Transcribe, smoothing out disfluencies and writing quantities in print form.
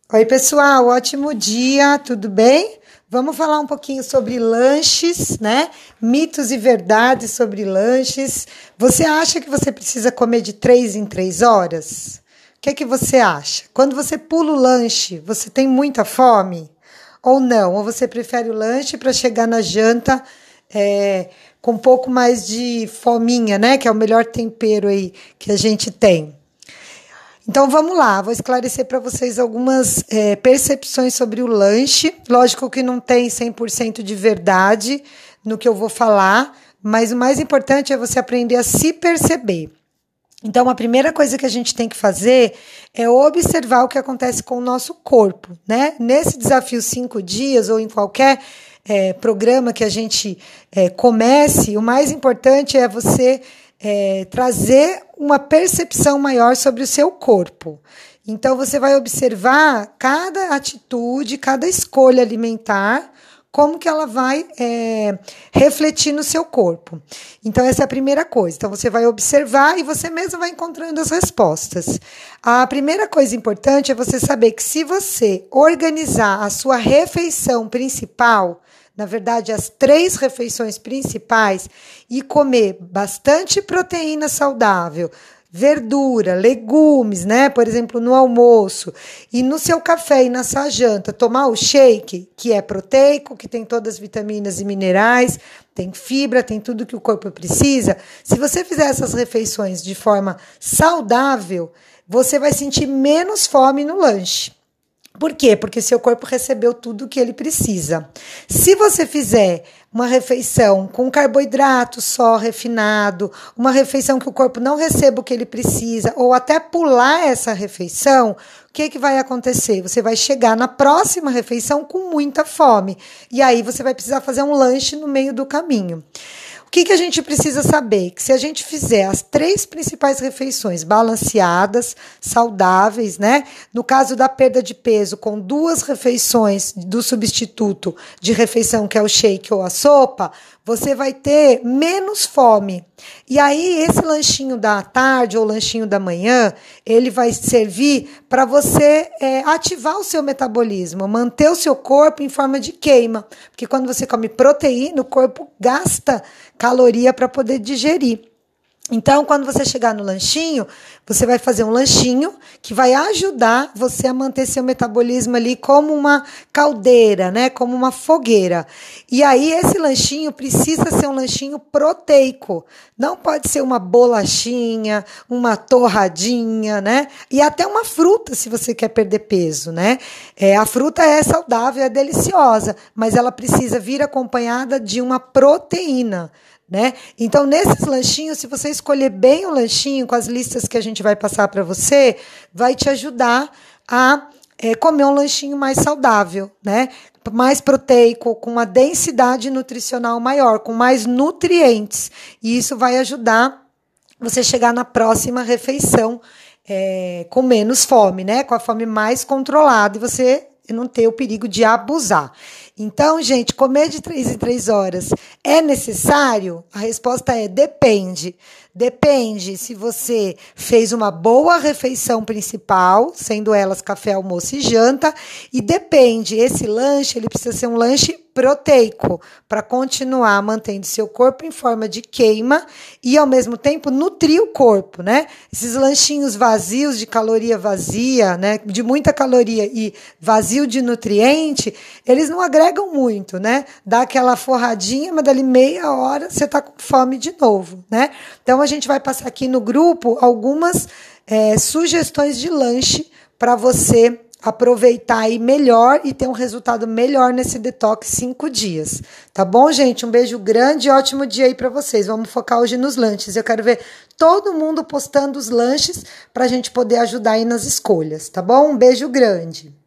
Oi, pessoal, ótimo dia, tudo bem? Vamos falar um pouquinho sobre lanches, né? Mitos e verdades sobre lanches. Você acha que você precisa comer de 3 em 3 horas? O que é que você acha? Quando você pula o lanche, você tem muita fome? Ou não? Ou você prefere o lanche para chegar na janta com um pouco mais de fominha, né? Que é o melhor tempero aí que a gente tem. Então vamos lá, vou esclarecer para vocês algumas percepções sobre o lanche. Lógico que não tem 100% de verdade no que eu vou falar, mas o mais importante é você aprender a se perceber. Então a primeira coisa que a gente tem que fazer é observar o que acontece com o nosso corpo, né? Nesse desafio 5 dias ou em qualquer programa que a gente comece, o mais importante é você trazer uma percepção maior sobre o seu corpo. Então, você vai observar cada atitude, cada escolha alimentar, como que ela vai refletir no seu corpo. Então, essa é a primeira coisa. Então, você vai observar e você mesmo vai encontrando as respostas. A primeira coisa importante é você saber que se você organizar a sua refeição principal, na verdade, as 3 refeições principais, e comer bastante proteína saudável, verdura, legumes, né? Por exemplo, no almoço, e no seu café e na sua janta, tomar o shake, que é proteico, que tem todas as vitaminas e minerais, tem fibra, tem tudo que o corpo precisa. Se você fizer essas refeições de forma saudável, você vai sentir menos fome no lanche. Por quê? Porque seu corpo recebeu tudo o que ele precisa. Se você fizer uma refeição com carboidrato só refinado, uma refeição que o corpo não receba o que ele precisa, ou até pular essa refeição, o que vai acontecer? Você vai chegar na próxima refeição com muita fome. E aí você vai precisar fazer um lanche no meio do caminho. O que a gente precisa saber? Que se a gente fizer as 3 principais refeições balanceadas, saudáveis, né? No caso da perda de peso, com 2 refeições do substituto de refeição, que é o shake ou a sopa, você vai ter menos fome. E aí, esse lanchinho da tarde ou lanchinho da manhã, ele vai servir para você ativar o seu metabolismo, manter o seu corpo em forma de queima. Porque quando você come proteína, o corpo gasta caloria para poder digerir. Então, quando você chegar no lanchinho, você vai fazer um lanchinho que vai ajudar você a manter seu metabolismo ali como uma caldeira, né? Como uma fogueira. E aí, esse lanchinho precisa ser um lanchinho proteico. Não pode ser uma bolachinha, uma torradinha, né? E até uma fruta, se você quer perder peso, né? A fruta é saudável, é deliciosa, mas ela precisa vir acompanhada de uma proteína, né? Então, nesses lanchinhos, se você escolher bem o lanchinho, com as listas que a gente vai passar para você, vai te ajudar a comer um lanchinho mais saudável, né? Mais proteico, com uma densidade nutricional maior, com mais nutrientes. E isso vai ajudar você chegar na próxima refeição com menos fome, né? Com a fome mais controlada e você não ter o perigo de abusar. Então, gente, comer de 3 em 3 horas é necessário? A resposta é depende. Depende se você fez uma boa refeição principal, sendo elas café, almoço e janta, e depende, esse lanche, ele precisa ser um lanche proteico, para continuar mantendo seu corpo em forma de queima e, ao mesmo tempo, nutrir o corpo, né? Esses lanchinhos vazios de caloria vazia, né? De muita caloria e vazio de nutriente, eles não agregam muito, né? Dá aquela forradinha, mas dali meia hora você tá com fome de novo, né? Então, a gente vai passar aqui no grupo algumas sugestões de lanche para você aproveitar aí melhor e ter um resultado melhor nesse detox 5 dias. Tá bom, gente? Um beijo grande e ótimo dia aí para vocês. Vamos focar hoje nos lanches. Eu quero ver todo mundo postando os lanches para a gente poder ajudar aí nas escolhas, tá bom? Um beijo grande.